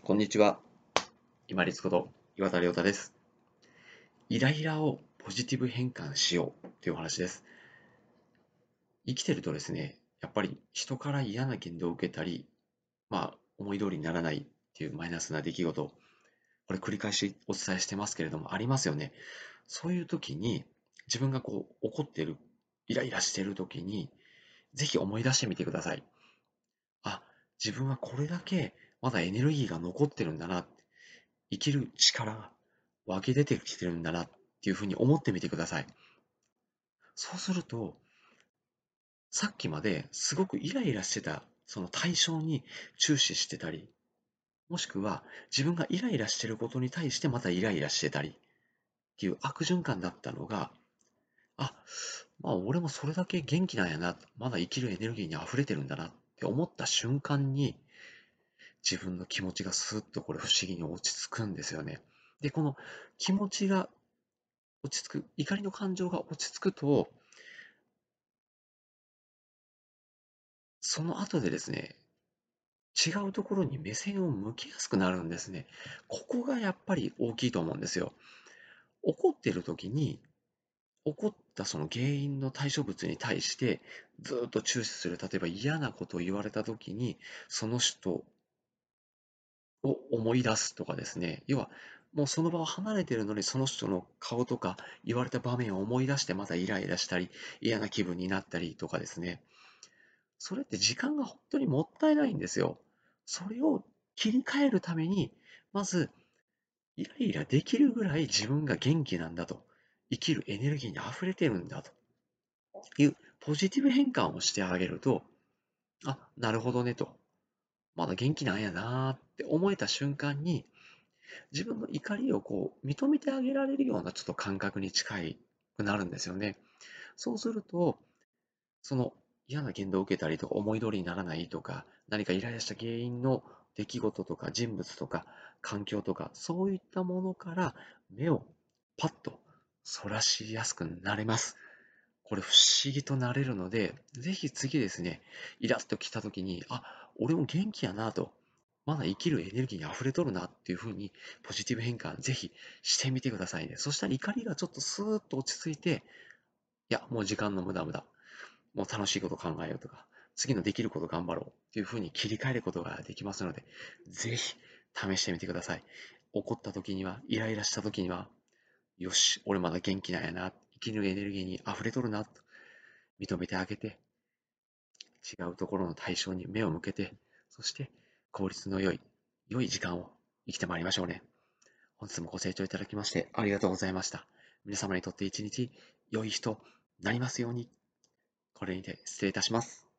こんにちは。今立こと岩田亮太です。イライラをポジティブ変換しようというお話です。生きてるとですね、やっぱり人から嫌な言動を受けたり、思い通りにならないっていうマイナスな出来事、これ繰り返しお伝えしてますけれども、ありますよね。そういう時に、自分が怒ってる、イライラしてる時に、ぜひ思い出してみてください。あ、自分はこれだけまだエネルギーが残ってるんだな。生きる力が湧き出てきてるんだなっていうふうに思ってみてください。そうすると、さっきまですごくイライラしてたその対象に注視してたり、もしくは自分がイライラしてることに対してまたイライラしてたりっていう悪循環だったのが、あ、俺もそれだけ元気なんやな、まだ生きるエネルギーに溢れてるんだなって思った瞬間に、自分の気持ちがスーッとこれ不思議に落ち着くんですよね。で、この気持ちが落ち着く、怒りの感情が落ち着くと、その後でですね、違うところに目線を向けやすくなるんですね。ここがやっぱり大きいと思うんですよ。怒ってる時に、怒ったその原因の対象物に対してずっと注視する。例えば嫌なことを言われた時に、その人を思い出すとかですね。要は、もうその場を離れてるのに、その人の顔とか言われた場面を思い出してまたイライラしたり、嫌な気分になったりとかですね。それって時間が本当にもったいないんですよ。それを切り替えるために、まず、イライラできるぐらい自分が元気なんだと、生きるエネルギーに溢れてるんだというポジティブ変換をしてあげると、あ、なるほどねと、まだ元気なんやなーって思えた瞬間に、自分の怒りを認めてあげられるようなちょっと感覚に近くなるんですよね。そうすると、その嫌な言動を受けたりとか、思い通りにならないとか、何かイライラした原因の出来事とか人物とか環境とか、そういったものから目をパッとそらしやすくなれます。これ不思議となれるので、ぜひ次ですね、イラッと来た時に、あ、俺も元気やなと、まだ生きるエネルギーに溢れとるなっていう風にポジティブ変換ぜひしてみてくださいね。そしたら怒りがちょっとスーッと落ち着いて、いや、もう時間の無駄。もう楽しいこと考えようとか、次のできること頑張ろうっていう風に切り替えることができますので、ぜひ試してみてください。怒った時には、イライラした時には、よし、俺まだ元気なんやな、生きるエネルギーに溢れとるな、と認めてあげて、違うところの対象に目を向けて、そして効率の良い時間を生きてまいりましょうね。本日もご清聴いただきましてありがとうございました。皆様にとって一日良い日となりますように。これにて失礼いたします。